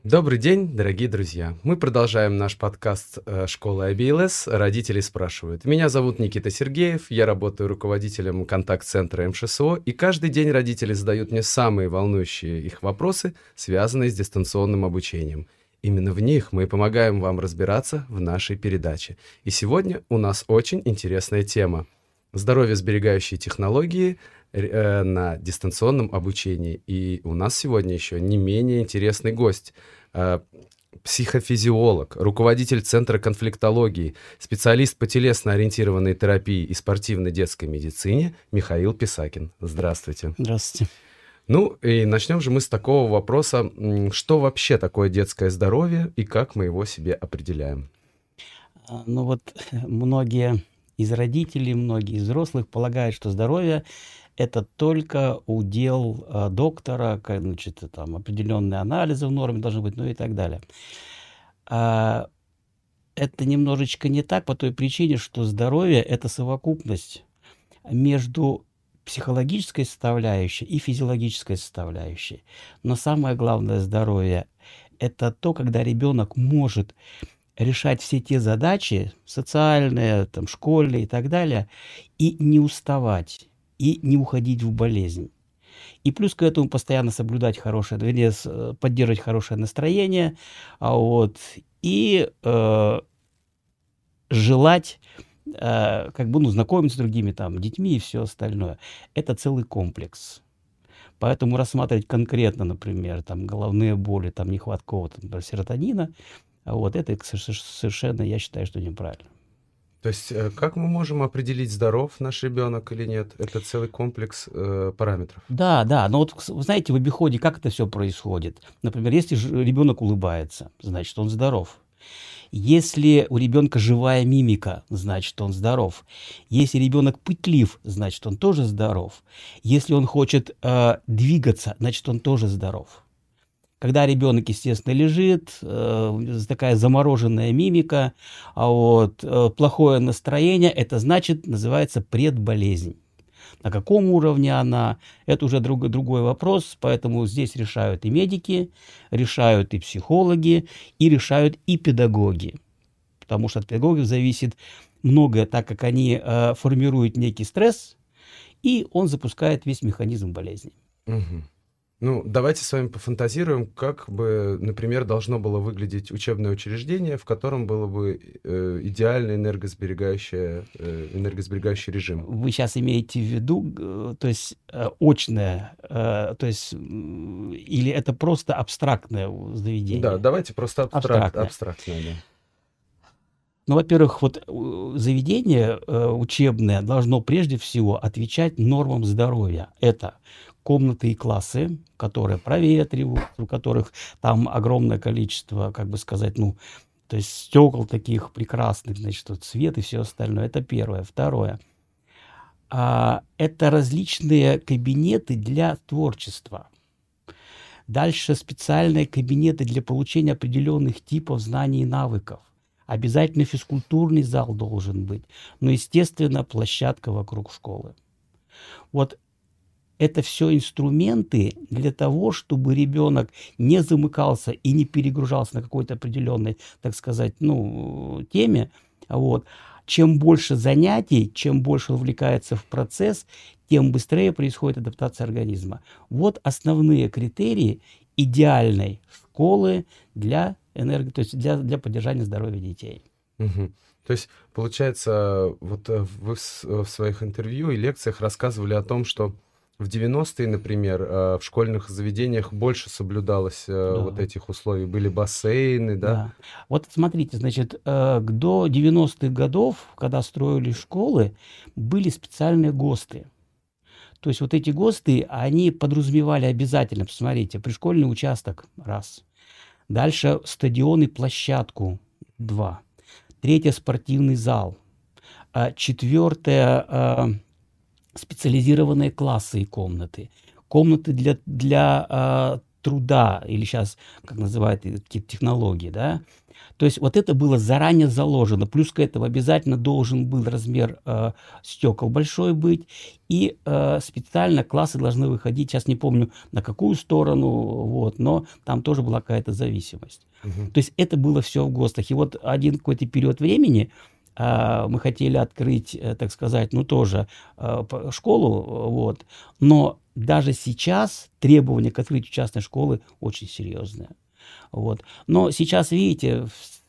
Добрый день, дорогие друзья. Мы продолжаем наш подкаст школы IBLS «Родители спрашивают». Меня зовут Никита Сергеев, я работаю руководителем контакт-центра МШСО, и каждый день родители задают мне самые волнующие их вопросы, связанные с дистанционным обучением. Именно в них мы помогаем вам разбираться в нашей передаче. И сегодня у нас очень интересная тема – здоровье-сберегающие технологии на дистанционном обучении. И у нас сегодня еще не менее интересный гость – психофизиолог, руководитель Центра конфликтологии, специалист по телесно-ориентированной терапии и спортивной детской медицине Михаил Писакин. Здравствуйте. Здравствуйте. Ну и начнем же мы с такого вопроса, что вообще такое детское здоровье и как мы его себе определяем? Ну вот многие из родителей, многие из взрослых полагают, что здоровье – это только удел доктора, значит, там определенные анализы в норме должны быть, ну и так далее. Это немножечко не так по той причине, что здоровье – это совокупность между психологической составляющей и физиологической составляющей. Но самое главное здоровье – это то, когда ребенок может решать все те задачи, социальные, там, школьные и так далее, и не уставать, и не уходить в болезнь. И плюс к этому постоянно соблюдать поддерживать хорошее настроение, и желать знакомиться с другими детьми и все остальное. Это целый комплекс. Поэтому рассматривать конкретно, например, головные боли, нехватка какого-то, например, серотонина, это совершенно, я считаю, что неправильно. То есть как мы можем определить, здоров наш ребенок или нет? Это целый комплекс параметров. Да, но вот вы знаете, в обиходе как это все происходит? Например, если ребенок улыбается, значит, он здоров. Если у ребенка живая мимика, значит, он здоров. Если ребенок пытлив, значит, он тоже здоров. Если он хочет двигаться, значит, он тоже здоров. Когда ребенок, естественно, лежит, такая замороженная мимика, плохое настроение, это значит, называется предболезнь. На каком уровне она, это уже другой вопрос, поэтому здесь решают и медики, решают и психологи, и решают и педагоги. Потому что от педагогов зависит многое, так как они формируют некий стресс, и он запускает весь механизм болезни. Угу. Ну, давайте с вами пофантазируем, как бы, например, должно было выглядеть учебное учреждение, в котором было бы идеальный энергосберегающий режим. Вы сейчас имеете в виду, то есть очное, или это просто абстрактное заведение? Да, давайте просто абстрактное. Да. Ну, во-первых, заведение учебное должно прежде всего отвечать нормам здоровья. Это комнаты и классы, которые проветривают, у которых там огромное количество, то есть стекол таких прекрасных, цвет и все остальное. Это первое. Второе. Это различные кабинеты для творчества. Дальше специальные кабинеты для получения определенных типов знаний и навыков. Обязательно физкультурный зал должен быть, но, естественно, площадка вокруг школы. Это все инструменты для того, чтобы ребенок не замыкался и не перегружался на какой-то определенной, теме. Чем больше занятий, чем больше увлекается в процесс, тем быстрее происходит адаптация организма. Вот основные критерии идеальной школы для для поддержания здоровья детей. Угу. То есть, получается, вы в своих интервью и лекциях рассказывали о том, что в 90-е, например, в школьных заведениях больше соблюдалось этих условий. Были бассейны, да? Да. Смотрите, до 90-х годов, когда строили школы, были специальные ГОСТы. То есть эти ГОСТы, они подразумевали обязательно, посмотрите, пришкольный участок – раз. Дальше стадион и площадку – 2. 3 – спортивный зал. 4 – специализированные классы и комнаты. Комнаты для труда, или сейчас, как называют какие-то технологии, да, то есть вот это было заранее заложено. Плюс к этому обязательно должен был размер стекол большой быть. И специально классы должны выходить, сейчас не помню на какую сторону, вот, но там тоже была какая-то зависимость. То есть это было все в ГОСТах. И вот один какой-то период времени мы хотели открыть, так сказать, ну тоже школу, вот, но даже сейчас требования к открытию частной школы очень серьезные. Вот. Но сейчас, видите,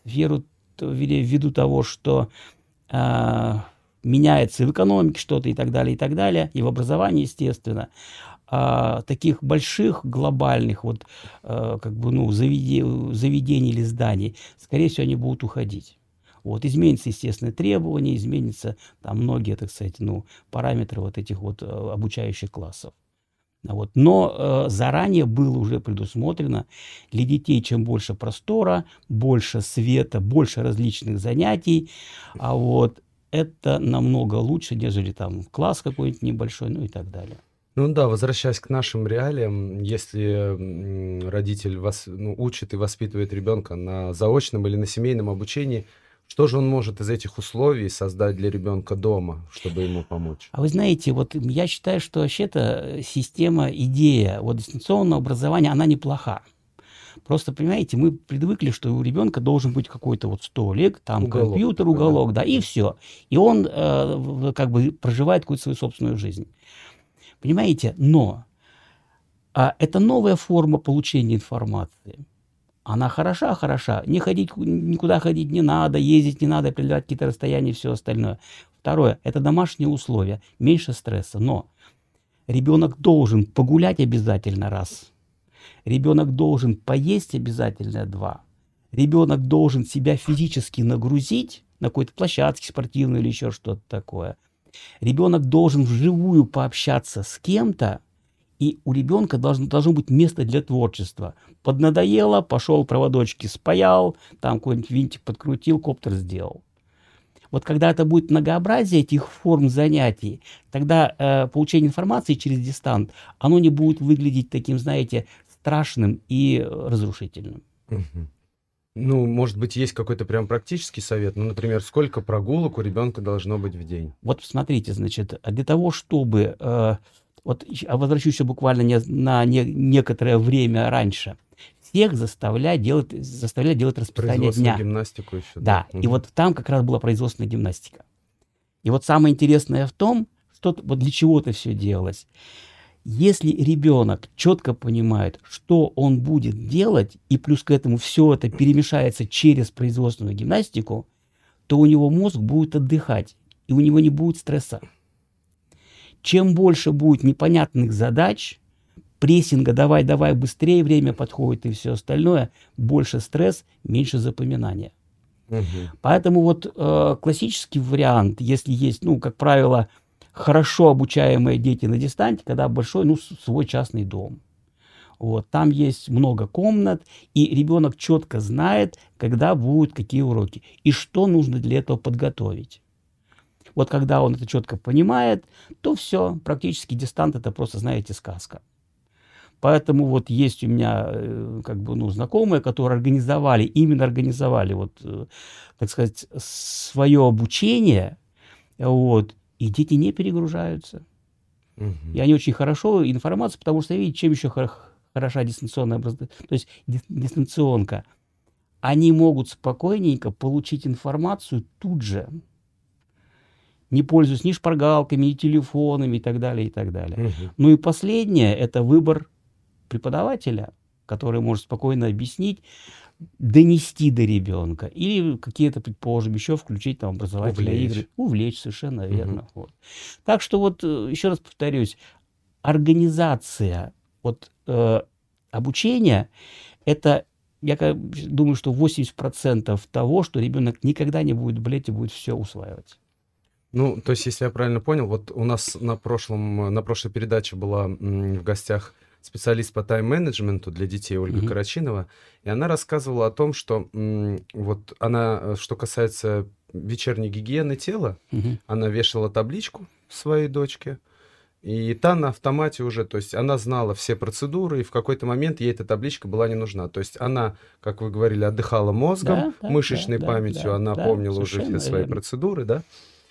ввиду того, что меняется и в экономике что-то и так далее, и в образовании, естественно, таких больших глобальных вот, как бы, ну, заведений или зданий, скорее всего, они будут уходить. Вот, изменятся, естественно, требования, изменятся там многие, так сказать, ну, параметры вот этих вот обучающих классов. Вот. Но заранее было уже предусмотрено для детей, чем больше простора, больше света, больше различных занятий, вот, это намного лучше, нежели там класс какой-нибудь небольшой, ну и так далее. Ну да, возвращаясь к нашим реалиям, если родитель учит и воспитывает ребенка на заочном или на семейном обучении, что же он может из этих условий создать для ребенка дома, чтобы ему помочь? А вы знаете, вот я считаю, что вообще-то система, идея вот дистанционного образования, она неплоха. Просто, понимаете, мы привыкли, что у ребенка должен быть какой-то вот столик, там Уголок компьютер, такой, уголок, да, и все. И он как бы проживает какую-то свою собственную жизнь. Понимаете? Но это новая форма получения информации. Она хороша, никуда ходить не надо, ездить не надо, преодолевать какие-то расстояния и все остальное. Второе, это домашние условия, меньше стресса. Но ребенок должен погулять обязательно раз. Ребенок должен поесть обязательно два. Ребенок должен себя физически нагрузить на какой-то площадке спортивной или еще что-то такое. Ребенок должен вживую пообщаться с кем-то, и у ребенка должно быть место для творчества. Поднадоело, пошел проводочки спаял, там какой-нибудь винтик подкрутил, коптер сделал. Вот когда это будет многообразие этих форм занятий, тогда получение информации через дистант, оно не будет выглядеть таким, знаете, страшным и разрушительным. Ну, может быть, есть какой-то прям практический совет? Ну, например, сколько прогулок у ребенка должно быть в день? Вот смотрите, значит, для того, чтобы... Вот возвращусь еще буквально на некоторое время раньше. Всех заставляли делать расписание дня. Гимнастику еще. Да, и вот там как раз была производственная гимнастика. И вот самое интересное в том, что вот для чего это все делалось. Если ребенок четко понимает, что он будет делать, и плюс к этому все это перемешается через производственную гимнастику, то у него мозг будет отдыхать, и у него не будет стресса. Чем больше будет непонятных задач, прессинга, давай, быстрее, время подходит и все остальное, больше стресс, меньше запоминания. Поэтому вот классический вариант, если есть, ну, как правило, хорошо обучаемые дети на дистанте, когда большой, ну, свой частный дом. Вот, там есть много комнат, и ребенок четко знает, когда будут какие уроки, и что нужно для этого подготовить. Вот когда он это четко понимает, то все, практически дистант это просто, знаете, сказка. Поэтому вот есть у меня как бы, ну, знакомые, которые организовали вот, так сказать, свое обучение, вот, и дети не перегружаются. И они очень хорошо информацию, потому что, видите, чем еще хороша дистанционная образование, то есть дистанционка, они могут спокойненько получить информацию тут же, не пользуясь ни шпаргалками, ни телефонами и так далее, и так далее. Ну и последнее – это выбор преподавателя, который может спокойно объяснить, донести до ребенка или какие-то, предположим, еще включить там образовательные игры. Увлечь, совершенно верно. Вот. Так что вот еще раз повторюсь, организация вот, обучения – это, я думаю, что 80% того, что ребенок никогда не будет болеть и будет все усваивать. Ну, то есть, если я правильно понял, вот у нас на прошлой передаче была в гостях специалист по тайм-менеджменту для детей Ольга Карачинова, и она рассказывала о том, что вот она, что касается вечерней гигиены тела, она вешала табличку своей дочке, И та на автомате уже, то есть она знала все процедуры, и в какой-то момент ей эта табличка была не нужна. То есть она, как вы говорили, отдыхала мозгом, Да, мышечной памятью, она помнила уже все совершенно свои верно. процедуры, да?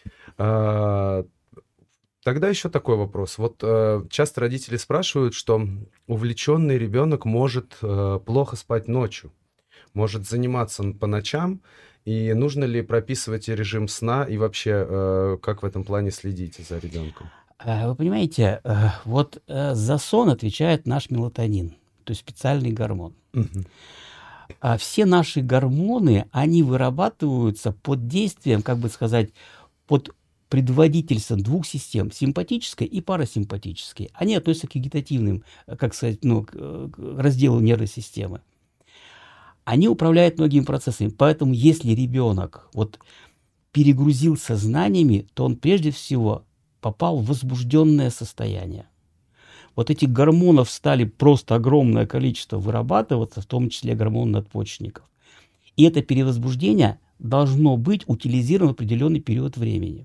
А, Тогда еще такой вопрос. Вот часто родители спрашивают, что увлеченный ребенок может плохо спать ночью, может заниматься по ночам, и нужно ли прописывать режим сна, и вообще как в этом плане следить за ребенком? Вы понимаете, вот за сон отвечает наш мелатонин, то есть специальный гормон. Мгм. А все наши гормоны, они вырабатываются под действием, как бы сказать, под предводительством двух систем, симпатической и парасимпатической. Они относятся к вегетативным, как сказать, ну, к разделу нервной системы. Они управляют многими процессами. Поэтому если ребенок вот перегрузился знаниями, то он прежде всего попал в возбужденное состояние. Вот этих гормонов стали просто огромное количество вырабатываться, в том числе гормон надпочечников. И это перевозбуждение должно быть утилизировано в определенный период времени.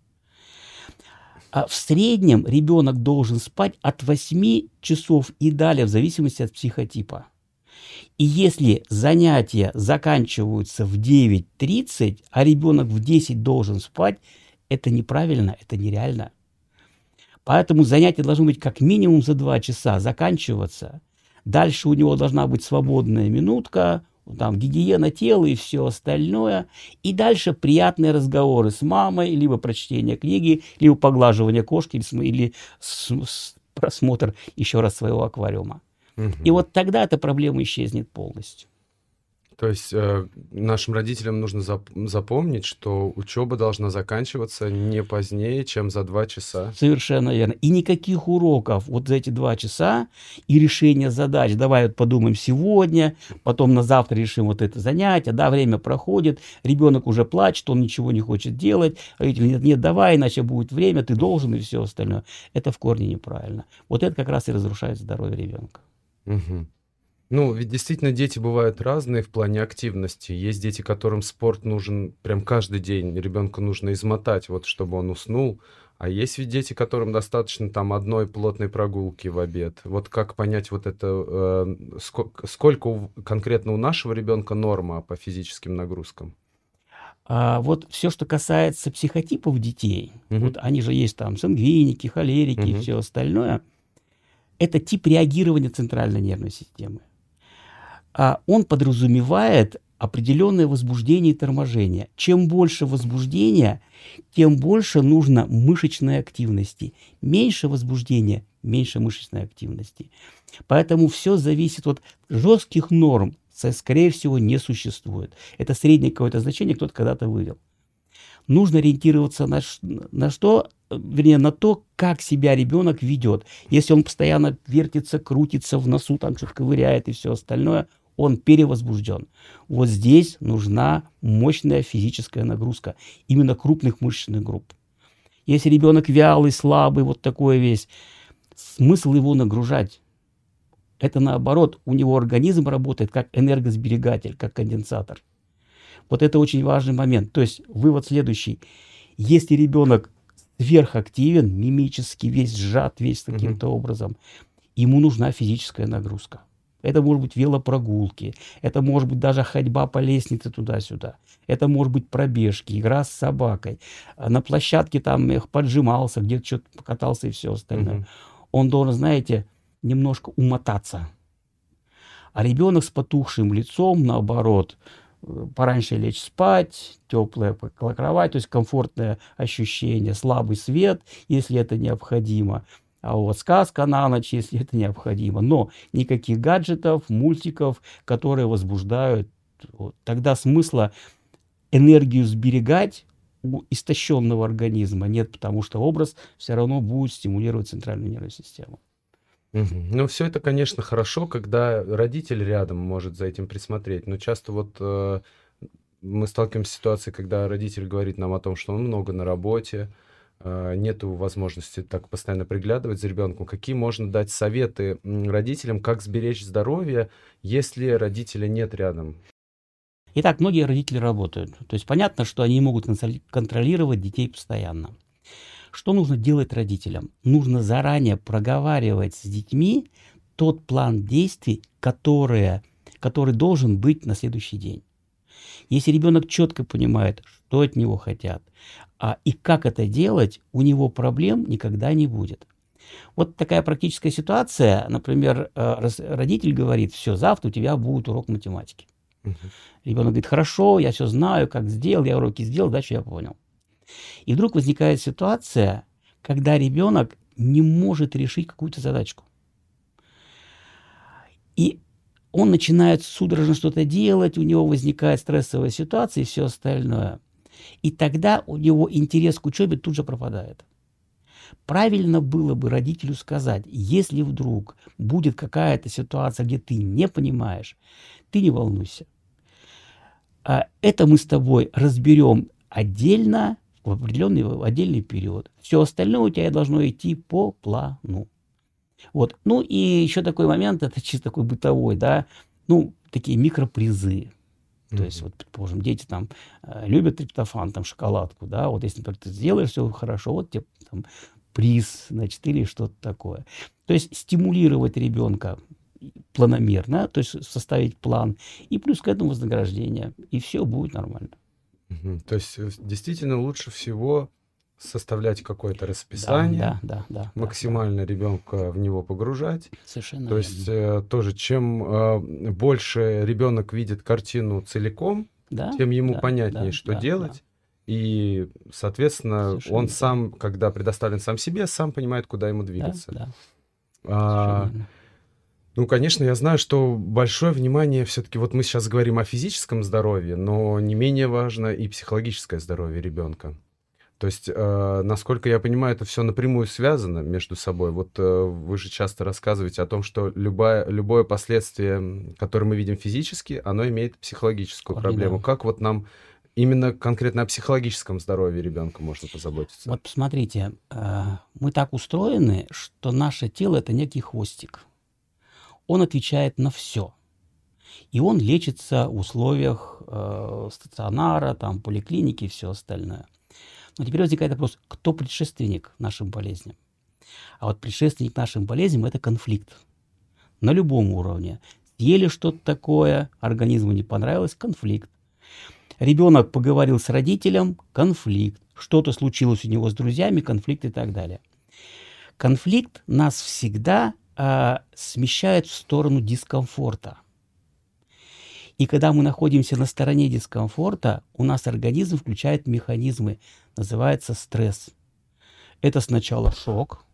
А в среднем ребенок должен спать от 8 часов и далее, в зависимости от психотипа. И если занятия заканчиваются в 9:30, а ребенок в 10 должен спать, это неправильно, это нереально. Поэтому занятия должны быть как минимум за 2 часа заканчиваться. Дальше у него должна быть свободная минутка, там гигиена тела и все остальное. И дальше приятные разговоры с мамой, либо прочтение книги, либо поглаживание кошки, или просмотр еще раз своего аквариума. И Мгм. вот тогда эта проблема исчезнет полностью. То есть нашим родителям нужно запомнить, что учеба должна заканчиваться не позднее, чем за 2 часа. Совершенно верно. И никаких уроков вот за эти 2 часа и решение задач. Давай вот подумаем сегодня, потом на завтра решим вот это занятие. Да, время проходит, ребенок уже плачет, он ничего не хочет делать. Родители: нет, нет, давай, иначе будет время, ты должен и все остальное. Это в корне неправильно. Вот это как раз и разрушает здоровье ребенка. Мгм. Ну, ведь действительно дети бывают разные в плане активности. Есть дети, которым спорт нужен прям каждый день. Ребенку нужно измотать, вот чтобы он уснул. А есть ведь дети, которым достаточно там одной плотной прогулки в обед. Вот как понять вот это, сколько конкретно у нашего ребенка норма по физическим нагрузкам? Вот все, что касается психотипов детей, Мгм. вот они же есть там сангвиники, холерики и Мгм. все остальное, это тип реагирования центральной нервной системы. Он подразумевает определенное возбуждение и торможение. Чем больше возбуждения, тем больше нужно мышечной активности. Меньше возбуждения, меньше мышечной активности. Поэтому все зависит от жестких норм, скорее всего, не существует. Это среднее какое-то значение кто-то когда-то вывел. Нужно ориентироваться на что? Вернее, на то, как себя ребенок ведет. Если он постоянно вертится, крутится в носу, там что-то ковыряет и все остальное, он перевозбужден. Вот здесь нужна мощная физическая нагрузка именно крупных мышечных групп. Если ребенок вялый, слабый, вот такой весь, смысл его нагружать? Это наоборот, у него организм работает как энергосберегатель, как конденсатор. Вот это очень важный момент. То есть вывод следующий. Если ребенок сверхактивен, мимически, весь сжат, весь каким-то образом, ему нужна физическая нагрузка. Это может быть велопрогулки, это может быть даже ходьба по лестнице туда-сюда, это может быть пробежки, игра с собакой, на площадке там поджимался, где-то что-то покатался и все остальное. Мгм. Он должен, знаете, немножко умотаться. А ребенок с потухшим лицом, наоборот, пораньше лечь спать, теплая кровать, то есть комфортное ощущение, слабый свет, если это необходимо. А вот сказка на ночь, если это необходимо. Но никаких гаджетов, мультиков, которые возбуждают. Вот. Тогда смысла энергию сберегать у истощенного организма нет, потому что образ все равно будет стимулировать центральную нервную систему. Мгм. Ну, все это, конечно, хорошо, когда родитель рядом может за этим присмотреть. Но часто вот мы сталкиваемся с ситуацией, когда родитель говорит нам о том, что он много на работе, нету возможности так постоянно приглядывать за ребенком. Какие можно дать советы родителям, как сберечь здоровье, если родителя нет рядом? Итак, многие родители работают. То есть понятно, что они не могут контролировать детей постоянно. Что нужно делать родителям? Нужно заранее проговаривать с детьми тот план действий, который должен быть на следующий день. Если ребенок четко понимает, что от него хотят, и как это делать, у него проблем никогда не будет. Вот такая практическая ситуация, например, родитель говорит: все, завтра у тебя будет урок математики. Ребенок говорит: хорошо, я все знаю, как сделал, я уроки сделал, дальше я понял. И вдруг возникает ситуация, когда ребенок не может решить какую-то задачку. И он начинает судорожно что-то делать, у него возникает стрессовая ситуация и все остальное. И тогда у него интерес к учебе тут же пропадает. Правильно было бы родителю сказать: если вдруг будет какая-то ситуация, где ты не понимаешь, ты не волнуйся. Это мы с тобой разберем отдельно, в отдельный период. Все остальное у тебя должно идти по плану. Вот. Ну и еще такой момент, это чисто такой бытовой, да, такие микропризы. То есть, вот, предположим, дети там любят триптофан, там, шоколадку, да, вот если, например, ты сделаешь все хорошо, вот тебе там приз, значит, или что-то такое. То есть стимулировать ребенка планомерно, то есть составить план, и плюс к этому вознаграждение, и все будет нормально. То есть действительно лучше всего составлять какое-то расписание, максимально ребенка в него погружать. Совершенно То есть тоже, чем больше ребенок видит картину целиком, тем ему понятнее, что делать. И, соответственно, совершенно он сам, когда предоставлен сам себе, сам понимает, куда ему двигаться. Ну, конечно, я знаю, что большое внимание все-таки, вот мы сейчас говорим о физическом здоровье, но не менее важно и психологическое здоровье ребенка. То есть, насколько я понимаю, это все напрямую связано между собой. Вот вы же часто рассказываете о том, что любое последствие, которое мы видим физически, оно имеет психологическую проблему. Как вот нам именно конкретно о психологическом здоровье ребенка можно позаботиться? Вот посмотрите, мы так устроены, что наше тело — это некий хвостик. Он отвечает на все. И он лечится в условиях стационара, там, поликлиники и все остальное. Но теперь возникает вопрос: кто предшественник нашим болезням? А вот предшественник нашим болезням — это конфликт. На любом уровне. Съели что-то такое, организму не понравилось — конфликт. Ребенок поговорил с родителем — конфликт. Что-то случилось у него с друзьями — конфликт и так далее. Конфликт нас всегда смещает в сторону дискомфорта. И когда мы находимся на стороне дискомфорта, у нас организм включает механизмы, называется стресс. Это сначала шок,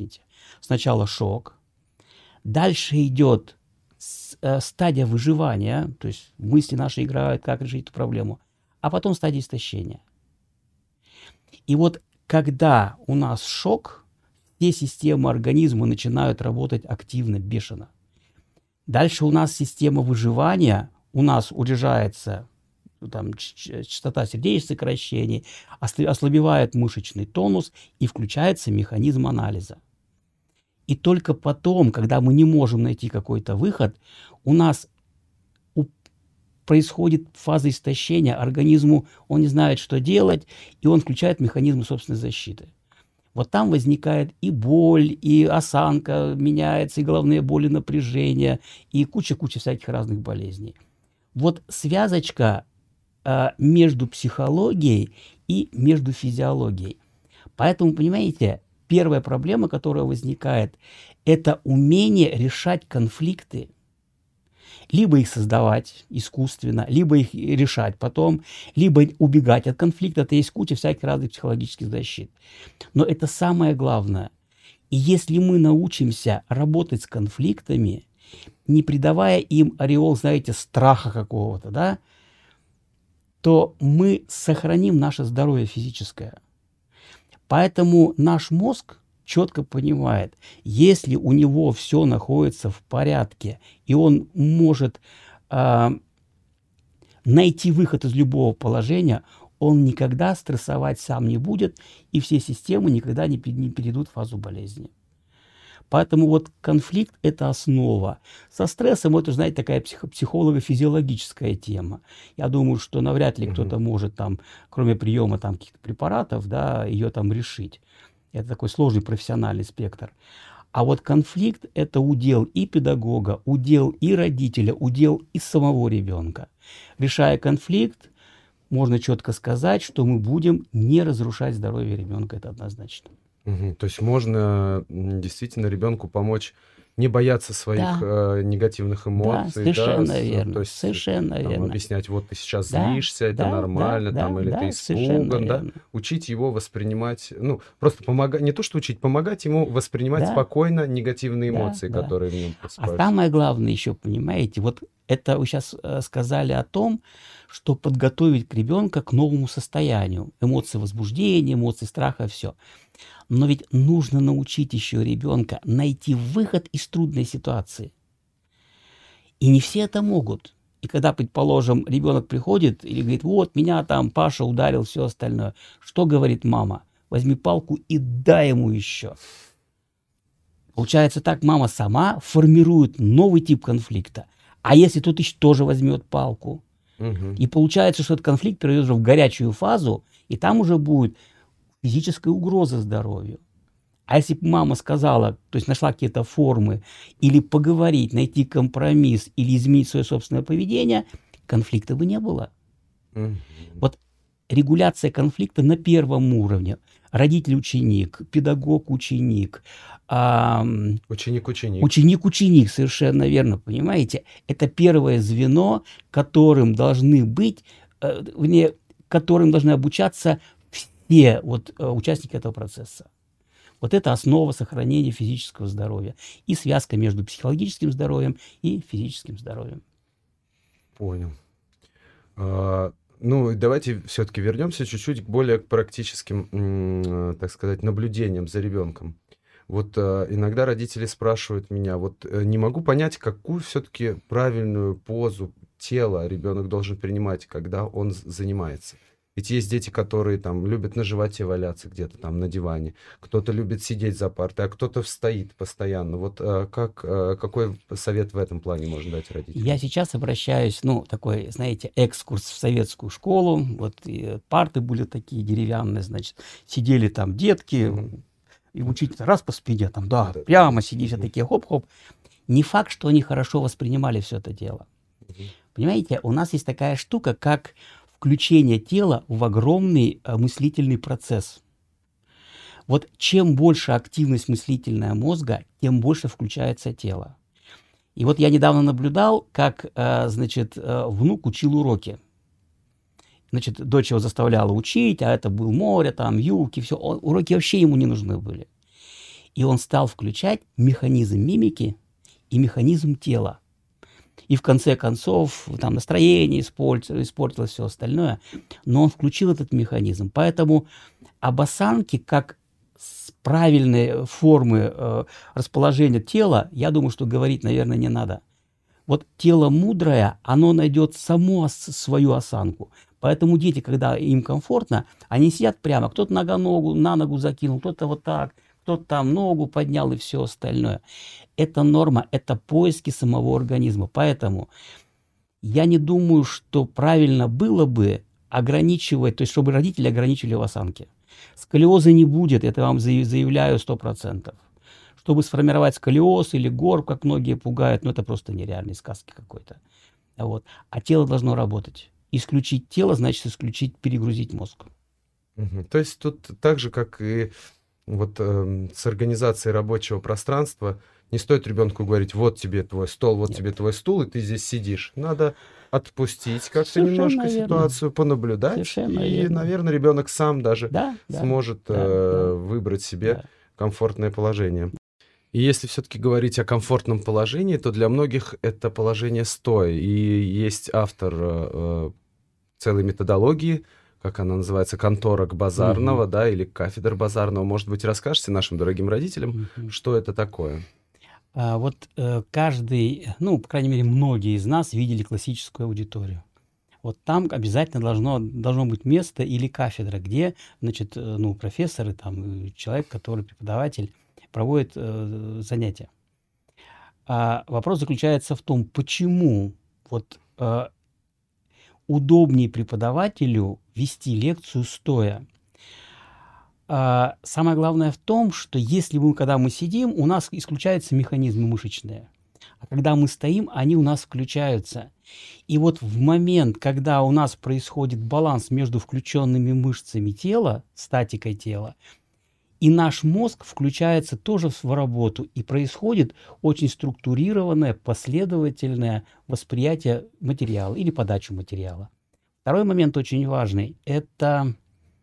дальше идет стадия выживания, то есть мысли наши играют, как решить эту проблему, а потом стадия истощения. И вот когда у нас шок, все системы организма начинают работать активно, бешено. Дальше у нас система выживания, у нас урежается там, частота сердечных сокращений, ослабевает мышечный тонус и включается механизм анализа. И только потом, когда мы не можем найти какой-то выход, у нас происходит фаза истощения, организму он не знает, что делать, и он включает механизмы собственной защиты. Вот там возникает и боль, и осанка меняется, и головные боли, напряжение, и куча-куча всяких разных болезней. Вот связочка между психологией и между физиологией. Поэтому, понимаете, первая проблема, которая возникает, это умение решать конфликты. Либо их создавать искусственно, либо их решать потом, либо убегать от конфликта. Это есть куча всяких разных психологических защит. Но это самое главное. И если мы научимся работать с конфликтами, не придавая им ореол, знаете, страха какого-то, да, то мы сохраним наше здоровье физическое. Поэтому наш мозг четко понимает, если у него все находится в порядке, и он может найти выход из любого положения, он никогда стрессовать сам не будет, и все системы никогда не перейдут в фазу болезни. Поэтому вот конфликт – это основа. Со стрессом это, знаете, такая психолого-физиологическая тема. Я думаю, что навряд ли кто-то может там, кроме приема там каких-то препаратов, да, ее там решить. Это такой сложный профессиональный спектр. А вот конфликт – это удел и педагога, удел и родителя, удел и самого ребенка. Решая конфликт, можно четко сказать, что мы будем не разрушать здоровье ребенка, это однозначно. То есть можно действительно ребенку помочь не бояться своих негативных Да, эмоций, совершенно то верно, есть совершенно там, верно. объяснять, вот ты сейчас Да, злишься, это да, нормально, там, или ты совершенно испуган, да, верно. учить его воспринимать, ну, просто помогать, не то что учить, помогать ему воспринимать Да, спокойно негативные да, эмоции, да. которые в нем А просыпаются. самое главное еще, понимаете, вот это вы сейчас сказали о том, что подготовить ребенка к новому состоянию. Эмоции возбуждения, эмоции страха, все. Но ведь нужно научить еще ребенка найти выход из трудной ситуации. И не все это могут. И когда, предположим, ребенок приходит и говорит, вот меня там Паша ударил, все остальное. Что говорит мама? Возьми палку и дай ему еще. Получается так, мама сама формирует новый тип конфликта. А если тот еще тоже возьмет палку? И получается, что этот конфликт перейдет уже в горячую фазу, и там уже будет физическая угроза здоровью. А если бы мама сказала, то есть нашла какие-то формы, или поговорить, найти компромисс, или изменить свое собственное поведение, конфликта бы не было. Вот регуляция конфликта на первом уровне. Родитель-ученик, педагог-ученик, Ученик-ученик. ученик-ученик, совершенно верно, понимаете? Это первое звено, которым должны быть, которым должны обучаться все участники этого процесса. Вот это основа сохранения физического здоровья и связка между психологическим здоровьем и физическим здоровьем. Понял. Ну, давайте все-таки вернемся чуть-чуть более к практическим, так сказать, наблюдениям за ребенком. Вот иногда родители спрашивают меня, вот не могу понять, какую все-таки правильную позу тела ребенок должен принимать, когда он занимается. Ведь есть дети, которые там любят на животе валяться где-то там на диване, кто-то любит сидеть за партой, а кто-то стоит постоянно. Вот какой совет в этом плане можно дать родителям? Я сейчас обращаюсь, такой, знаете, экскурс в советскую школу. Вот и парты были такие деревянные, значит, сидели там детки, и учитель раз по спине, там, прямо сиди, все такие хоп-хоп. Не факт, что они хорошо воспринимали все это дело. Понимаете, у нас есть такая штука, как включение тела в огромный мыслительный процесс. Вот чем больше активность мыслительная мозга, тем больше включается тело. И вот я недавно наблюдал, как, внук учил уроки. Значит, дочь его заставляла учить, а это был море, там, юбки, все. Уроки вообще ему не нужны были. И он стал включать механизм мимики и механизм тела. И в конце концов там настроение испортилось, все остальное. Но он включил этот механизм. Поэтому об осанке, как правильной формы расположения тела, я думаю, что говорить, наверное, не надо. Вот тело мудрое, оно найдет само свою осанку. Поэтому дети, когда им комфортно, они сидят прямо. Кто-то на ногу закинул, кто-то вот так, кто-то там ногу поднял и все остальное. Это норма, это поиски самого организма. Поэтому я не думаю, что правильно было бы ограничивать, то есть чтобы родители ограничивали в осанке. Сколиоза не будет, это я вам заявляю 100%. Чтобы сформировать сколиоз или горб, как многие пугают, это просто нереальные сказки какой-то. Вот. А тело должно работать. Исключить тело, значит исключить, перегрузить мозг. То есть тут так же, как и вот с организацией рабочего пространства, не стоит ребенку говорить, вот тебе твой стол, вот тебе твой стул, и ты здесь сидишь. Надо отпустить как-то немножко ситуацию, понаблюдать. Совершенно и, верно. наверное, ребенок сам даже сможет выбрать себе комфортное положение. И если все-таки говорить о комфортном положении, то для многих это положение стоя. И есть автор целой методологии, как она называется, конторок Базарного, да, или кафедр Базарного. Может быть, расскажете нашим дорогим родителям, что это такое? Каждый, по крайней мере, многие из нас видели классическую аудиторию. Вот там обязательно должно быть место или кафедра, где, профессоры, человек, который преподаватель, проводит занятия. Вопрос заключается в том, почему удобнее преподавателю вести лекцию стоя. самое главное в том, что если когда мы сидим, у нас исключаются механизмы мышечные. А когда мы стоим, они у нас включаются. И вот в момент, когда у нас происходит баланс между включенными мышцами тела, статикой тела, и наш мозг включается тоже в работу, и происходит очень структурированное, последовательное восприятие материала или подачу материала. Второй момент очень важный – это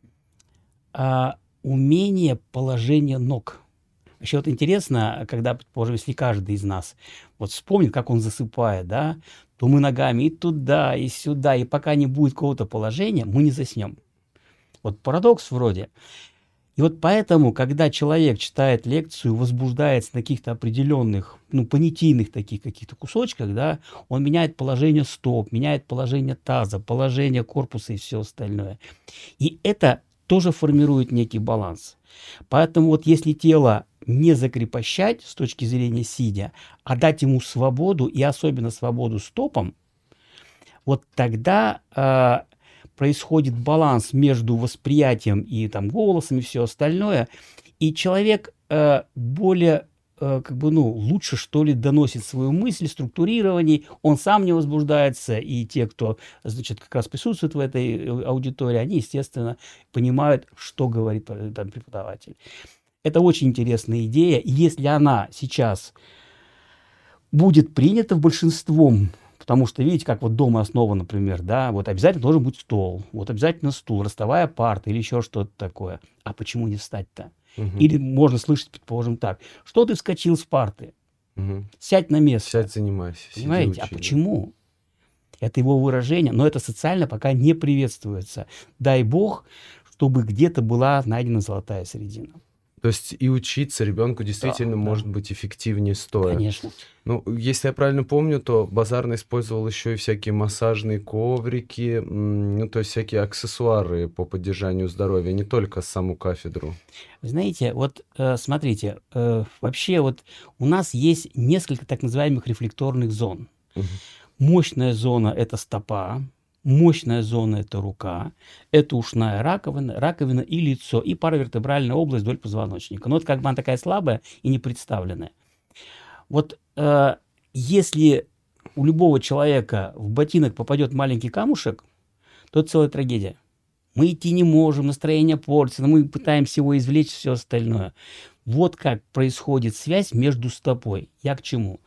умение положения ног. Вообще вот интересно, когда, предположим, если каждый из нас вот вспомнит, как он засыпает, да, то мы ногами и туда, и сюда, и пока не будет какого-то положения, мы не заснем. Вот парадокс вроде. И вот поэтому, когда человек читает лекцию, возбуждается на каких-то определенных, понятийных таких каких-то кусочках, да, он меняет положение стоп, меняет положение таза, положение корпуса и все остальное. И это тоже формирует некий баланс. Поэтому вот если тело не закрепощать с точки зрения сидя, а дать ему свободу, и особенно свободу стопам, вот тогда происходит баланс между восприятием и голосом и все остальное, и человек более лучше, что ли, доносит свою мысль, структурированней, он сам не возбуждается, и те, кто, как раз присутствует в этой аудитории, они, естественно, понимают, что говорит преподаватель. Это очень интересная идея, и если она сейчас будет принята большинством, потому что, видите, как вот дома основа, например, да, вот обязательно должен быть стол, вот обязательно стул, ростовая парта или еще что-то такое. А почему не встать-то? Или можно слышать, предположим, так: что ты вскочил с парты? Сядь на место. Сядь, занимайся. Понимаете? А почему? Это его выражение, но это социально пока не приветствуется. Дай бог, чтобы где-то была найдена золотая середина. То есть и учиться ребенку действительно может быть эффективнее стоя. Конечно. Если я правильно помню, то Базарный использовал еще и всякие массажные коврики, то есть всякие аксессуары по поддержанию здоровья, не только саму кафедру. Вы знаете, вот смотрите, вообще вот у нас есть несколько так называемых рефлекторных зон. Мощная зона – это стопа. Мощная зона – это рука, это ушная раковина и лицо, и паравертебральная область вдоль позвоночника. Но вот она такая слабая и не представленная. Вот если у любого человека в ботинок попадет маленький камушек, то это целая трагедия. Мы идти не можем, настроение портится, но мы пытаемся его извлечь, все остальное. Вот как происходит связь между стопой. Я к чему?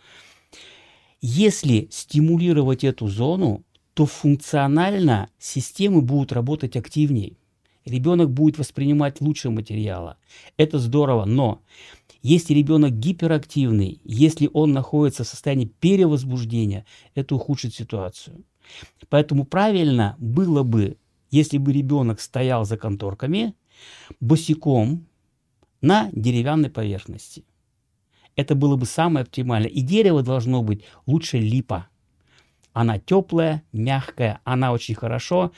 Если стимулировать эту зону, то функционально системы будут работать активнее. Ребенок будет воспринимать лучше материала. Это здорово, но если ребенок гиперактивный, если он находится в состоянии перевозбуждения, это ухудшит ситуацию. Поэтому правильно было бы, если бы ребенок стоял за конторками босиком на деревянной поверхности. Это было бы самое оптимальное. И дерево должно быть лучше липа. Она теплая, мягкая, она очень хорошо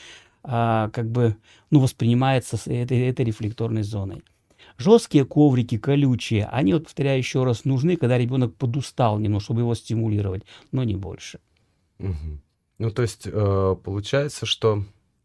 воспринимается этой рефлекторной зоной. Жесткие коврики, колючие, они, повторяю еще раз, нужны, когда ребенок подустал немного, чтобы его стимулировать, но не больше. То есть получается, что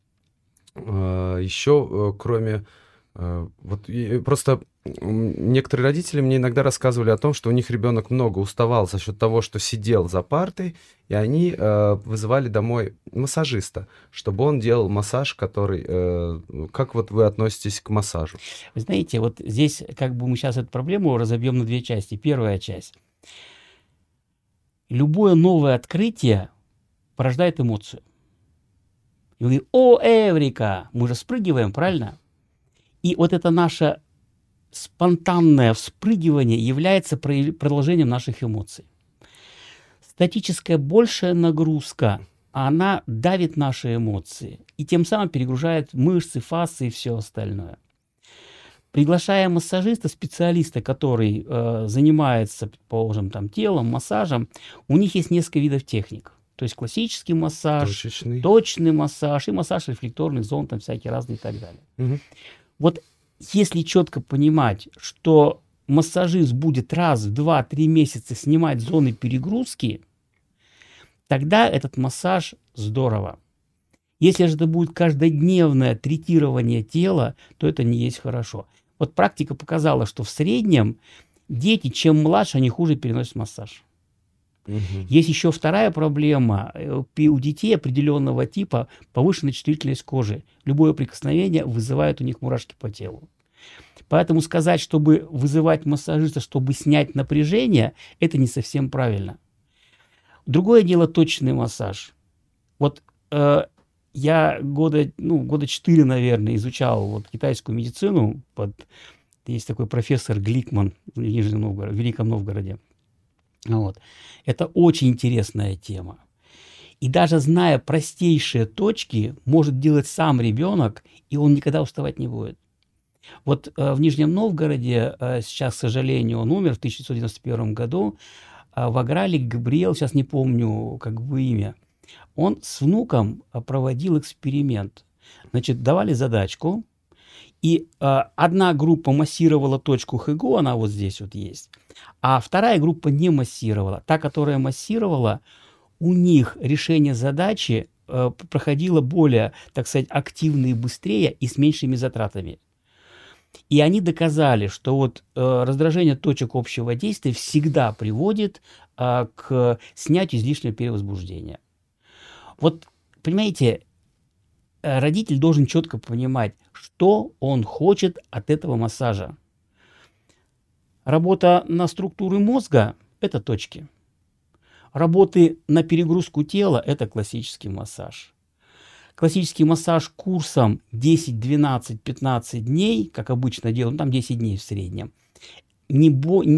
еще кроме... Просто некоторые родители мне иногда рассказывали о том, что у них ребенок много уставал за счет того, что сидел за партой, и они вызывали домой массажиста, чтобы он делал массаж, который... Как вот вы относитесь к массажу? Вы знаете, вот здесь мы сейчас эту проблему разобьем на две части. Первая часть. Любое новое открытие порождает эмоцию. И вы: «О, Эврика!» Мы же спрыгиваем, правильно? И вот это наше спонтанное вспрыгивание является продолжением наших эмоций. Статическая большая нагрузка, она давит наши эмоции и тем самым перегружает мышцы, фасции и все остальное. Приглашая массажиста, специалиста, который занимается, предположим, телом, массажем, у них есть несколько видов техник. То есть классический массаж, точный массаж и массаж рефлекторных зон, всякие разные и так далее. Вот если четко понимать, что массажист будет раз в 2-3 месяца снимать зоны перегрузки, тогда этот массаж здорово. Если же это будет каждодневное третирование тела, то это не есть хорошо. Вот практика показала, что в среднем дети, чем младше, они хуже переносят массаж. Есть еще вторая проблема. У детей определенного типа повышенная чувствительность кожи. Любое прикосновение вызывает у них мурашки по телу. Поэтому сказать, чтобы вызывать массажиста, чтобы снять напряжение, это не совсем правильно. Другое дело точный массаж. Вот я года 4, наверное, изучал вот китайскую медицину. Есть такой профессор Гликман в Нижнем Новгороде, в Великом Новгороде. Вот. Это очень интересная тема. И даже зная простейшие точки, может делать сам ребенок, и он никогда уставать не будет. Вот в Нижнем Новгороде, сейчас, к сожалению, он умер в 1991 году, Вагралик Габриэл, сейчас не помню как бы имя, он с внуком проводил эксперимент. Значит, давали задачку, и одна группа массировала точку Хэго, она вот здесь вот есть, а вторая группа не массировала. Та, которая массировала, у них решение задачи проходило более, так сказать, активно и быстрее и с меньшими затратами. И они доказали, что вот раздражение точек общего действия всегда приводит к снятию излишнего перевозбуждения. Вот, понимаете, родитель должен четко понимать, что он хочет от этого массажа. Работа на структуры мозга – это точки. Работы на перегрузку тела – это классический массаж. Классический массаж курсом 10, 12, 15 дней, как обычно делают, там 10 дней в среднем, не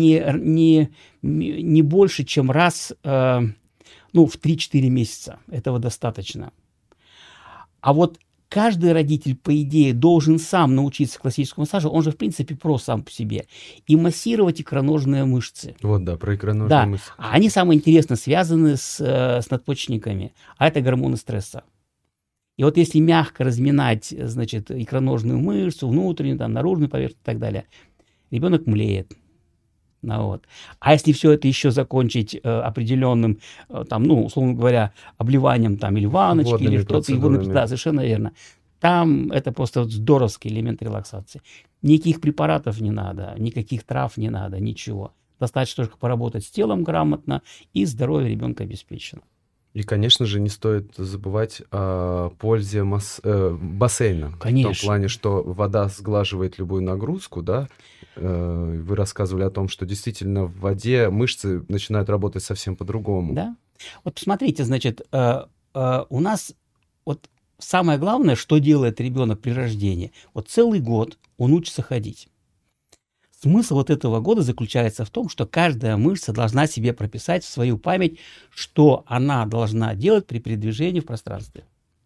больше, чем раз в 3-4 месяца. Этого достаточно. А вот каждый родитель, по идее, должен сам научиться классическому массажу, он же, в принципе, прост сам по себе, и массировать икроножные мышцы. Вот, да, про икроножные мышцы. А они, самое интересное, связаны с надпочечниками, а это гормоны стресса. И вот если мягко разминать, значит, икроножную мышцу, внутреннюю, там, наружную поверхность и так далее, ребенок млеет. Вот. А если все это еще закончить определенным, там, условно говоря, обливанием там, или ванночки, водными или что-то, да, совершенно верно. Там это просто здоровский элемент релаксации. Никаких препаратов не надо, никаких трав не надо, ничего. Достаточно только поработать с телом грамотно, и здоровье ребенка обеспечено. И, конечно же, не стоит забывать о пользе бассейна. Конечно. В том плане, что вода сглаживает любую нагрузку, да? Вы рассказывали о том, что действительно в воде мышцы начинают работать совсем по-другому. Да. Вот посмотрите, значит, у нас вот самое главное, что делает ребенок при рождении. Вот целый год он учится ходить. Смысл вот этого года заключается в том, что каждая мышца должна себе прописать в свою память, что она должна делать при передвижении в пространстве.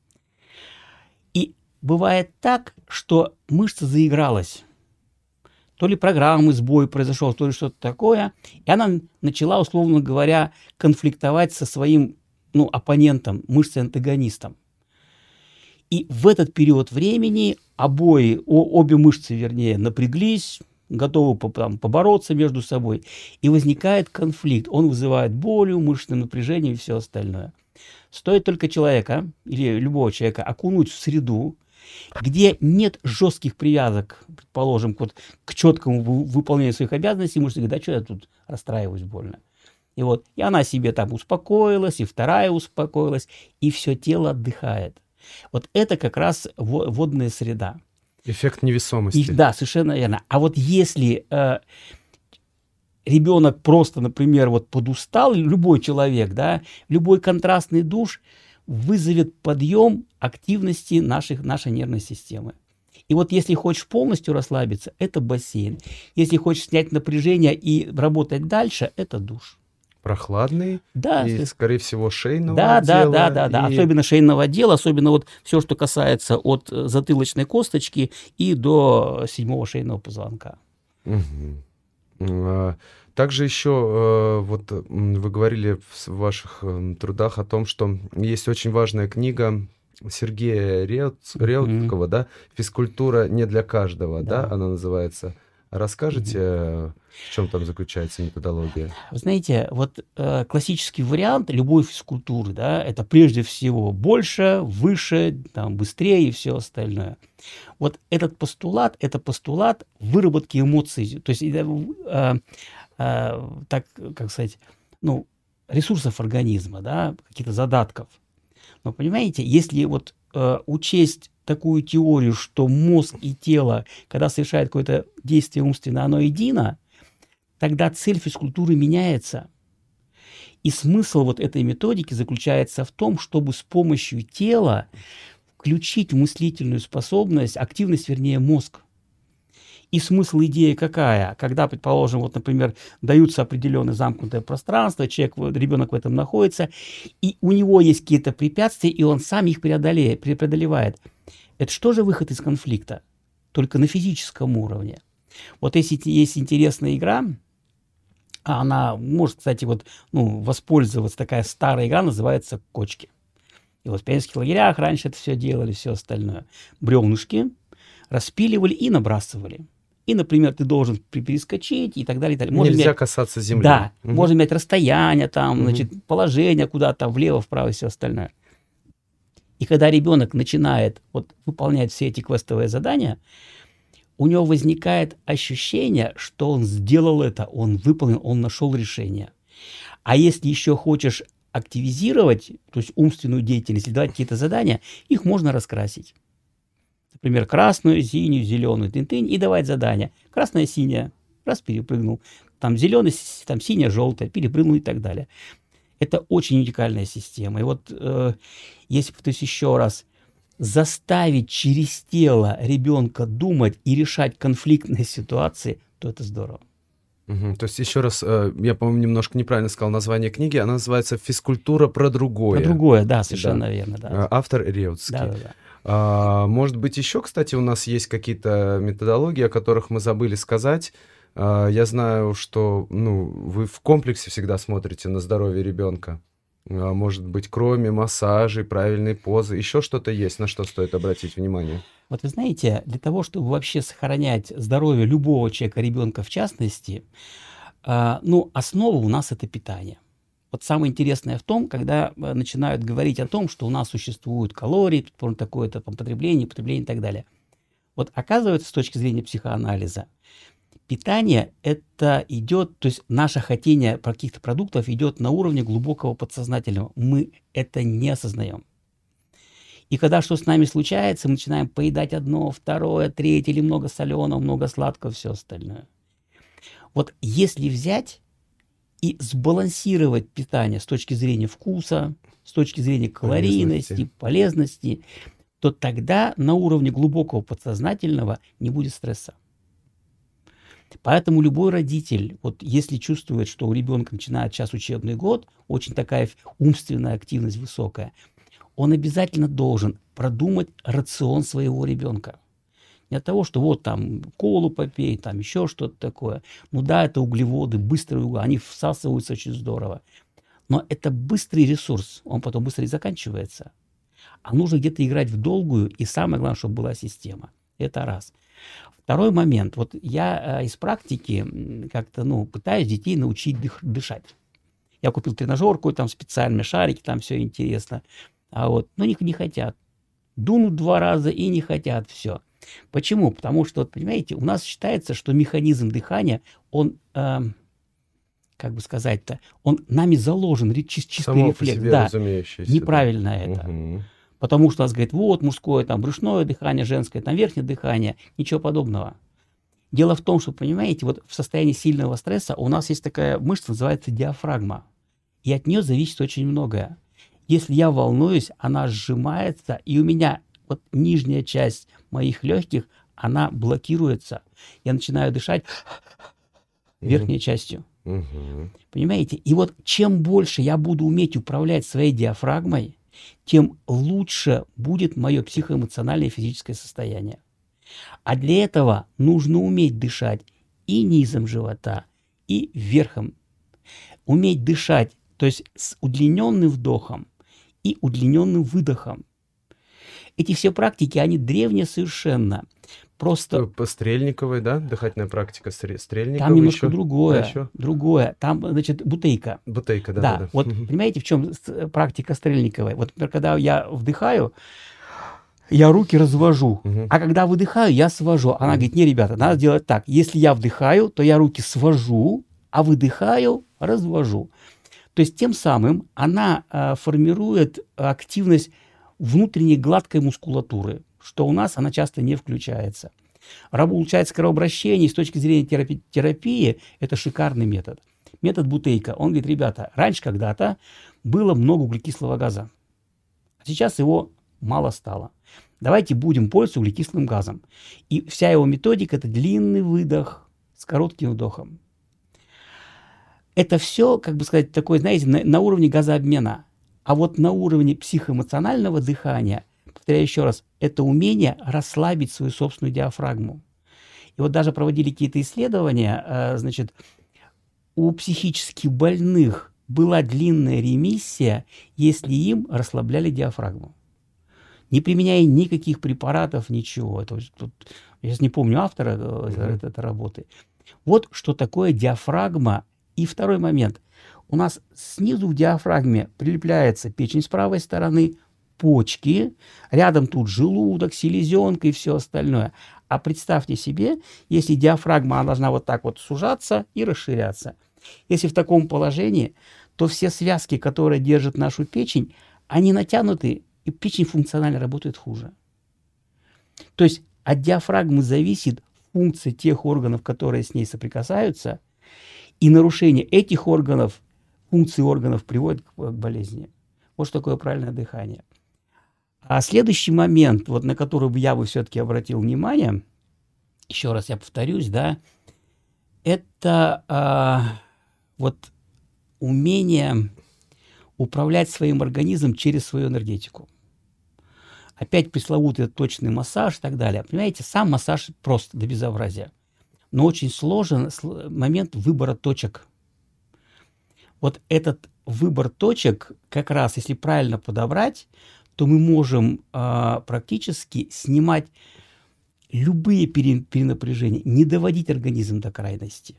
И бывает так, что мышца заигралась. То ли программный сбой произошел, то ли что-то такое, и она начала, условно говоря, конфликтовать со своим оппонентом, мышцей-антагонистом. И в этот период времени обе мышцы, вернее, напряглись, готовы побороться между собой, и возникает конфликт. Он вызывает боль, мышечное напряжение и все остальное. Стоит только человека или любого человека окунуть в среду, где нет жестких привязок, предположим, к четкому выполнению своих обязанностей, мышцы говорят, да что я тут расстраиваюсь больно. И она себе там успокоилась, и вторая успокоилась, и все тело отдыхает. Вот это как раз водная среда. Эффект невесомости. Да, совершенно верно. А вот если ребенок просто, например, подустал, любой человек, да, любой контрастный душ вызовет подъем активности нашей нервной системы. И вот если хочешь полностью расслабиться, это бассейн. Если хочешь снять напряжение и работать дальше, это душ. Прохладный, да, и, скорее всего, шейного отдела. Да. Особенно шейного отдела, особенно все, что касается от затылочной косточки и до 7-го шейного позвонка. Угу. Также еще вы говорили в ваших трудах о том, что есть очень важная книга Сергея Реуткова, да, «Физкультура не для каждого», да, она называется. Расскажите, в чем там заключается методология? Вы знаете, вот классический вариант любой физкультуры, да, это прежде всего больше, выше, там, быстрее и все остальное. Вот этот постулат – это постулат выработки эмоций, то есть так, как сказать, ну, ресурсов организма, да, каких-то задатков. Но понимаете, если вот учесть такую теорию, что мозг и тело, когда совершают какое-то действие умственное, оно едино, тогда цель физкультуры меняется. И смысл вот этой методики заключается в том, чтобы с помощью тела включить в мыслительную способность, активность, вернее, мозг. И смысл идеи какая? Когда, предположим, вот, например, даются определенное замкнутое пространство, ребенок в этом находится, и у него есть какие-то препятствия, и он сам их преодолевает. Это что же выход из конфликта? Только на физическом уровне. Вот если есть интересная игра, она может, кстати, вот, воспользоваться, такая старая игра, называется «Кочки». И вот в пионерских лагерях раньше это все делали, все остальное. Бревнышки распиливали и набрасывали. И, например, ты должен перескочить и так далее. И так далее. Нельзя касаться земли. Да, можно иметь расстояние, там, значит, положение куда-то влево, вправо и все остальное. И когда ребенок начинает вот выполнять все эти квестовые задания, у него возникает ощущение, что он сделал это, он выполнил, он нашел решение. А если еще хочешь активизировать, то есть умственную деятельность, или давать какие-то задания, их можно раскрасить. Например, красную, синюю, зеленую, тынь-тынь, и давать задания. Красная, синяя, раз перепрыгнул. Там зеленая, там синяя, желтая, перепрыгнул и так далее. Это очень уникальная система. И вот если повторюсь еще раз, заставить через тело ребенка думать и решать конфликтные ситуации, то это здорово. То есть, еще раз, я, по-моему, немножко неправильно сказал название книги. Она называется «Физкультура про другое». Про другое, да, совершенно верно. Да. Автор Реутский. Да. Может быть, еще, кстати, у нас есть какие-то методологии, о которых мы забыли сказать. Я знаю, что вы в комплексе всегда смотрите на здоровье ребенка. Может быть, кроме массажей, правильной позы, еще что-то есть, на что стоит обратить внимание? Вот вы знаете, для того, чтобы вообще сохранять здоровье любого человека, ребенка в частности, основа у нас это питание. Вот самое интересное в том, когда начинают говорить о том, что у нас существуют калории, такое-то потребление и так далее. Вот оказывается, с точки зрения психоанализа, питание это идет, то есть наше хотение каких-то продуктов идет на уровне глубокого подсознательного. Мы это не осознаем. И когда что с нами случается, мы начинаем поедать одно, второе, третье, или много соленого, много сладкого, все остальное. Вот если взять и сбалансировать питание с точки зрения вкуса, с точки зрения калорийности, полезности, то тогда на уровне глубокого подсознательного не будет стресса. Поэтому любой родитель, вот если чувствует, что у ребенка начинает сейчас учебный год, очень такая умственная активность высокая, он обязательно должен продумать рацион своего ребенка. Не от того, что вот там колу попей, там еще что-то такое. Да, это углеводы, быстрые углеводы, они всасываются очень здорово. Но это быстрый ресурс, он потом быстро и заканчивается. А нужно где-то играть в долгую, и самое главное, чтобы была система. Это раз. Второй момент. Вот я из практики как-то пытаюсь детей научить дышать. Я купил тренажерку, там специальные шарики, там все интересно. Но не хотят. Дунут 2 раза и не хотят, все. Почему? Потому что, понимаете, у нас считается, что механизм дыхания, он, он нами заложен, чистый само рефлекс. По себе да, разумеющееся. неправильно это. Потому что у нас говорят, вот мужское, там брюшное дыхание, женское, там верхнее дыхание, ничего подобного. Дело в том, что, понимаете, вот в состоянии сильного стресса у нас есть такая мышца, называется диафрагма. И от нее зависит очень многое. Если я волнуюсь, она сжимается, и у меня вот нижняя часть моих легких, она блокируется. Я начинаю дышать верхней частью. Понимаете? И вот чем больше я буду уметь управлять своей диафрагмой, тем лучше будет мое психоэмоциональное и физическое состояние. А для этого нужно уметь дышать и низом живота, и верхом. Уметь дышать, то есть с удлиненным вдохом и удлиненным выдохом. Эти все практики, они древние совершенно. Просто По Стрельниковой, да? Дыхательная практика Стрельниковой. там немножко еще? другое. Другое. Там, значит, бутейка. Бутейка, Да, да. вот понимаете, в чем практика Стрельниковой? Вот, например, когда я вдыхаю, я руки развожу, а когда выдыхаю, я свожу. Она говорит, не, ребята, надо делать так. Если я вдыхаю, то я руки свожу, а выдыхаю, развожу. То есть тем самым она формирует активность внутренней гладкой мускулатуры, что у нас она часто не включается. Улучшается кровообращение, и с точки зрения терапии это шикарный метод. Метод Бутейка. Он говорит, ребята, раньше когда-то было много углекислого газа, а сейчас его мало стало. Давайте будем пользоваться углекислым газом. И вся его методика – это длинный выдох с коротким вдохом. Это все, как бы сказать, такое, знаете, на уровне газообмена. А вот на уровне психоэмоционального дыхания, повторяю еще раз, это умение расслабить свою собственную диафрагму. И вот даже проводили какие-то исследования, значит, у психически больных была длинная ремиссия, если им расслабляли диафрагму. Не применяя никаких препаратов, ничего. Это, я сейчас не помню автора этой работы. Вот что такое диафрагма. И второй момент. У нас снизу в диафрагме прилепляется печень с правой стороны, почки, рядом тут желудок, селезенка и все остальное. А представьте себе, если диафрагма, она должна вот так вот сужаться и расширяться. Если в таком положении, то все связки, которые держат нашу печень, они натянуты, и печень функционально работает хуже. То есть от диафрагмы зависит функция тех органов, которые с ней соприкасаются, и нарушение этих органов, функции органов приводит к болезни. Вот что такое правильное дыхание. А следующий момент, вот на который я бы все-таки обратил внимание, еще раз я повторюсь, да, это вот умение управлять своим организмом через свою энергетику. Опять пресловутый точный массаж и так далее. Понимаете, сам массаж просто до безобразия. Но очень сложен момент выбора точек. Вот этот выбор точек, как раз если правильно подобрать, то мы можем практически снимать любые перенапряжения, не доводить организм до крайности.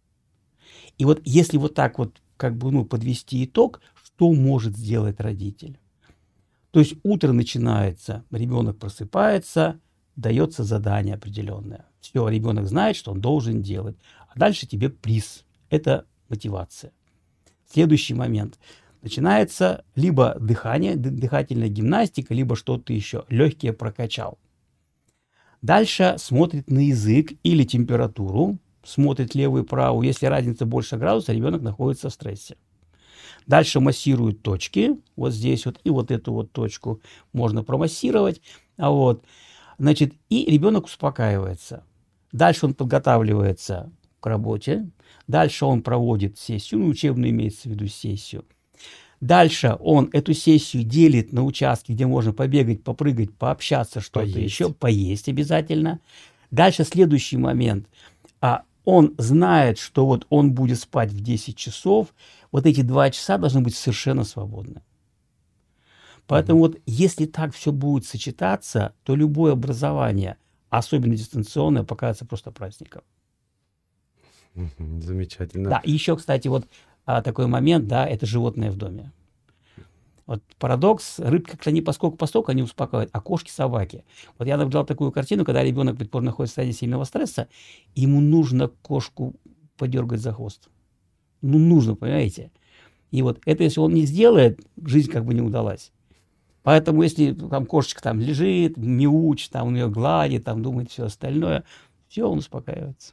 И вот если вот так вот как бы, подвести итог, что может сделать родитель? То есть утро начинается, ребенок просыпается, дается задание определенное. Все, ребенок знает, что он должен делать. А дальше тебе приз. Это мотивация. Следующий момент. Начинается либо дыхание, дыхательная гимнастика, либо что-то еще. Легкие прокачал. Дальше смотрит на язык или температуру. Смотрит левую и правую. Если разница больше градуса, ребенок находится в стрессе. Дальше массирует точки. Вот здесь вот. И вот эту вот точку можно промассировать. Значит, и ребенок успокаивается. Дальше он подготавливается к работе. Дальше он проводит сессию, учебную имеется в виду сессию. Дальше он эту сессию делит на участки, где можно побегать, попрыгать, пообщаться, что-то еще, поесть обязательно. Дальше следующий момент. Он знает, что вот он будет спать в 10 часов. Вот эти 2 часа должны быть совершенно свободны. Поэтому вот если так все будет сочетаться, то любое образование, особенно дистанционное, покажется просто праздником. Замечательно. Да, и еще, кстати, вот такой момент, да, это животные в доме. Вот парадокс, рыбки как-то не поскольку они успокаивают, а кошки, собаки. Вот я наблюдал такую картину, когда ребенок, предположим, находится в состоянии сильного стресса, ему нужно кошку подергать за хвост. Нужно, понимаете? И вот это, если он не сделает, жизнь как бы не удалась. Поэтому, если там кошечка там лежит, мяучит, там он ее гладит, там думает все остальное, все, он успокаивается.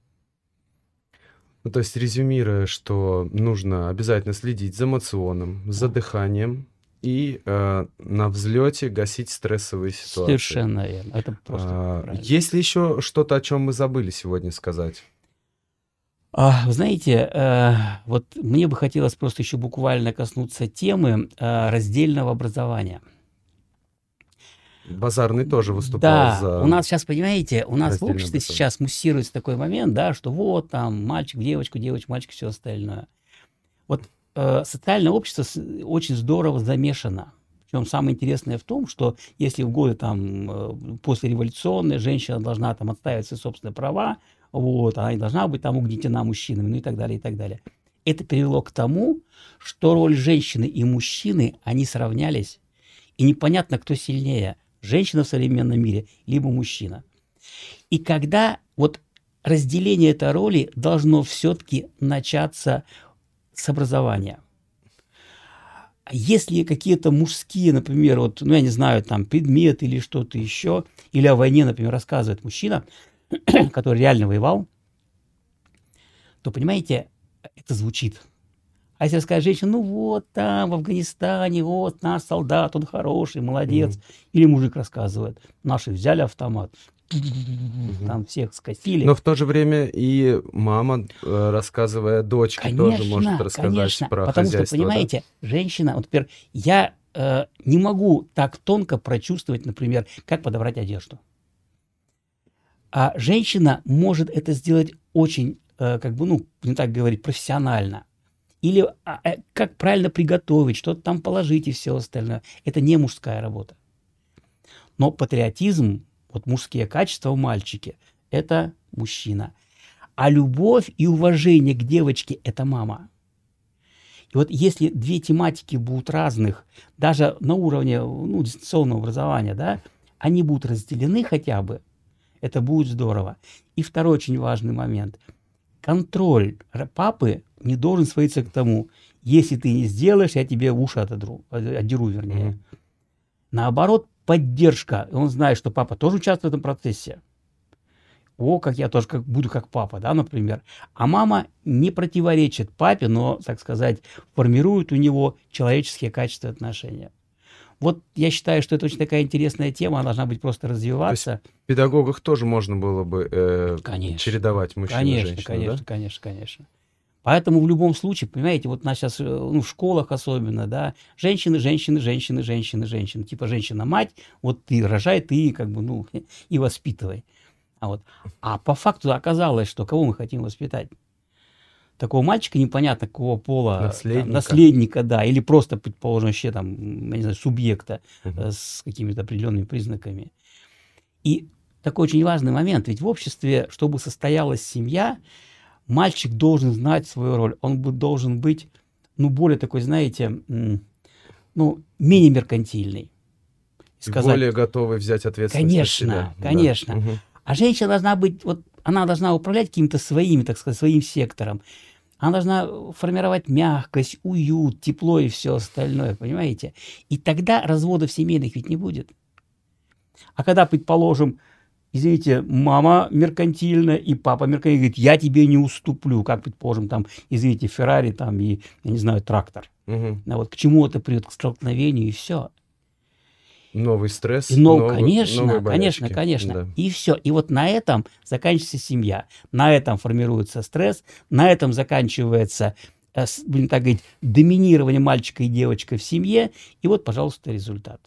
То есть, резюмируя, что нужно обязательно следить за эмоционом, за дыханием и на взлете гасить стрессовые ситуации. Совершенно верно. Это просто правильно. Есть ли еще что-то, о чем мы забыли сегодня сказать? Вы знаете, вот мне бы хотелось просто еще буквально коснуться темы раздельного образования. Базарный тоже выступал да, у нас сейчас, понимаете, у нас в обществе сейчас муссируется такой момент, да, что вот там мальчик, девочка, мальчик, все остальное. Вот социальное общество очень здорово замешано. Причем самое интересное в том, что если в годы там послереволюционные женщина должна там отстаивать свои собственные права, вот, она не должна быть там угнетена мужчинами, ну и так далее, и так далее. Это привело к тому, что роль женщины и мужчины, они сравнялись, и непонятно, кто сильнее, женщина в современном мире, либо мужчина. И когда вот разделение этой роли должно все-таки начаться с образования. Если какие-то мужские, например, вот, ну, я не знаю, там, предметы или что-то еще, или о войне, например, рассказывает мужчина, который реально воевал, то, понимаете, это звучит. А если рассказать женщине, ну вот там в Афганистане, вот наш солдат, он хороший, молодец. Или мужик рассказывает, наши взяли автомат, там всех скосили. Но в то же время и мама, рассказывая дочке, конечно, тоже может рассказать конечно, про потому хозяйство. что, понимаете, женщина, вот, например, я не могу так тонко прочувствовать, например, как подобрать одежду. А женщина может это сделать очень, как бы, ну, не так говорить, профессионально. Или как правильно приготовить, что-то там положить и все остальное. Это не мужская работа. Но патриотизм, вот мужские качества у мальчики, это мужчина. А любовь и уважение к девочке – это мама. И вот если две тематики будут разных, даже на уровне ну, дистанционного образования, да, они будут разделены хотя бы, это будет здорово. И второй очень важный момент. Контроль папы не должен сводиться к тому, если ты не сделаешь, я тебе уши отдеру, вернее. Наоборот, поддержка. Он знает, что папа тоже участвует в этом процессе. О, как я тоже буду как папа, да, например. А мама не противоречит папе, но, так сказать, формирует у него человеческие качества и отношения. Вот я считаю, что это очень такая интересная тема, она должна быть просто развиваться. То есть в педагогах тоже можно было бы чередовать мужчин и женщин, Конечно. Поэтому в любом случае, понимаете, вот у нас сейчас ну, в школах особенно, да, женщины. Типа женщина-мать, вот ты рожай, ты как бы, ну, и воспитывай. А по факту оказалось, что кого мы хотим воспитать? Такого мальчика непонятно какого пола, наследника, да, или просто, предположим, вообще там, я не знаю, субъекта с какими-то определенными признаками. И такой очень важный момент, ведь в обществе, чтобы состоялась семья, мальчик должен знать свою роль, он должен быть, ну, более такой, знаете, ну, менее меркантильный. Более готовый взять ответственность на себя. Конечно. Да. А женщина должна быть, вот, она должна управлять каким-то своим, так сказать, своим сектором. Она должна формировать мягкость, уют, тепло и все остальное, понимаете? И тогда разводов семейных ведь не будет. А когда, предположим, извините, мама меркантильная и папа меркантильный, говорит, я тебе не уступлю, как, предположим, там, извините, Феррари там и, я не знаю, трактор. Вот к чему это приведет? К столкновению и все. Новый стресс, конечно. Да. И все. И вот на этом заканчивается семья. На этом формируется стресс, на этом заканчивается, будем так говорить, доминирование мальчика и девочки в семье. И вот, пожалуйста, результат.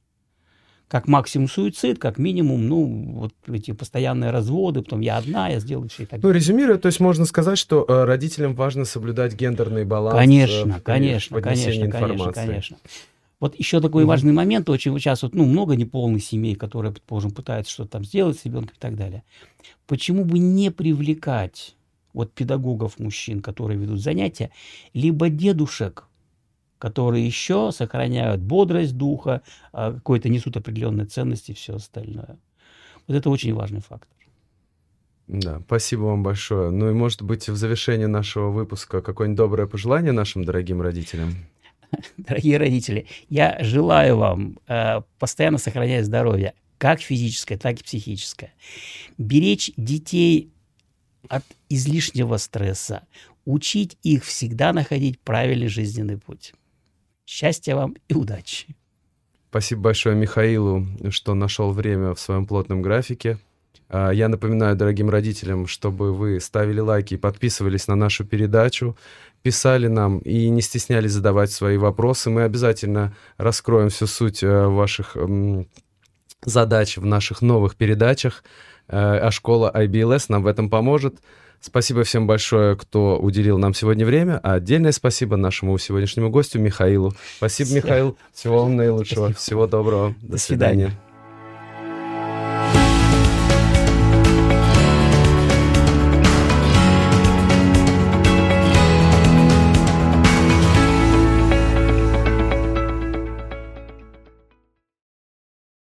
Как максимум суицид, как минимум, ну, вот эти постоянные разводы, потом я одна, я сделаю все и так далее. Ну, резюмируя, то есть можно сказать, что родителям важно соблюдать гендерный баланс конечно. информации. Вот еще такой важный момент, очень сейчас вот, ну, много неполных семей, которые, предположим, пытаются что-то там сделать с ребенком и так далее. Почему бы не привлекать вот педагогов мужчин, которые ведут занятия, либо дедушек, которые еще сохраняют бодрость духа, какой-то несут определенные ценности и все остальное. Вот это очень важный фактор. Да, спасибо вам большое. Ну и, может быть, в завершении нашего выпуска какое-нибудь доброе пожелание нашим дорогим родителям? Дорогие родители, я желаю вам постоянно сохранять здоровье, как физическое, так и психическое. Беречь детей от излишнего стресса, учить их всегда находить правильный жизненный путь. Счастья вам и удачи! Спасибо большое Михаилу, что нашел время в своем плотном графике. Я напоминаю дорогим родителям, чтобы вы ставили лайки и подписывались на нашу передачу, писали нам и не стеснялись задавать свои вопросы. Мы обязательно раскроем всю суть ваших задач в наших новых передачах, а школа IBLS нам в этом поможет. Спасибо всем большое, кто уделил нам сегодня время. А отдельное спасибо нашему сегодняшнему гостю Михаилу. Спасибо, Михаил. Всего вам наилучшего. Всего доброго. До свидания.